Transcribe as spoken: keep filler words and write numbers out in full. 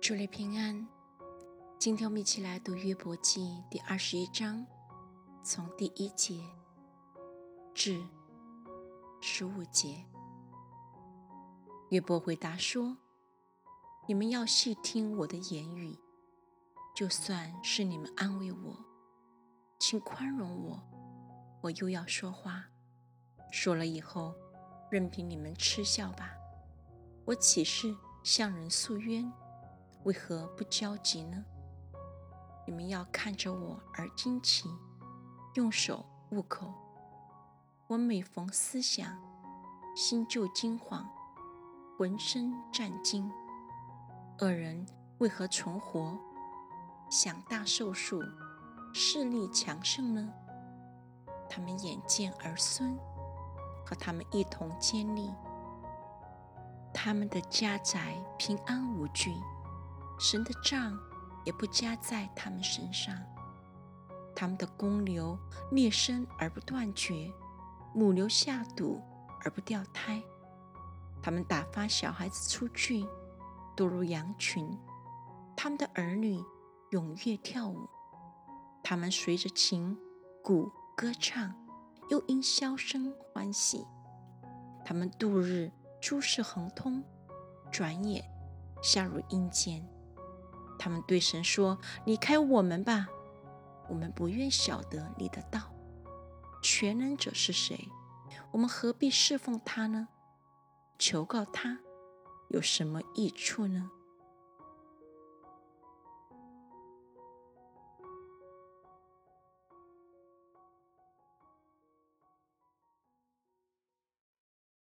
主内平安。今天我们一起来读约伯记第二十一章，从第一节至十五节。约伯回答说：你们要细听我的言语，就算是你们安慰我，请宽容我，我又要说话，说了以后，任凭你们嗤笑吧。我岂是向人诉冤？为何不焦急呢？你们要看着我而惊奇，用手捂口。我每逢思想，心就惊惶，浑身战惊。恶人为何存活，享大寿数，势力强盛呢？他们眼见儿孙，和他们一同坚立，他们的家宅平安无惧，神的杖也不加在他们身上。他们的公牛裂生而不断绝，母牛下肚而不掉胎。他们打发小孩子出去，堕入羊群。他们的儿女踊跃跳舞，他们随着琴鼓歌唱，又因箫声欢喜。他们度日诸事亨通，转眼下入阴间。他们对神说：离开我们吧，我们不愿晓得你的道。全能者是谁？我们何必侍奉他呢？求告他有什么益处呢？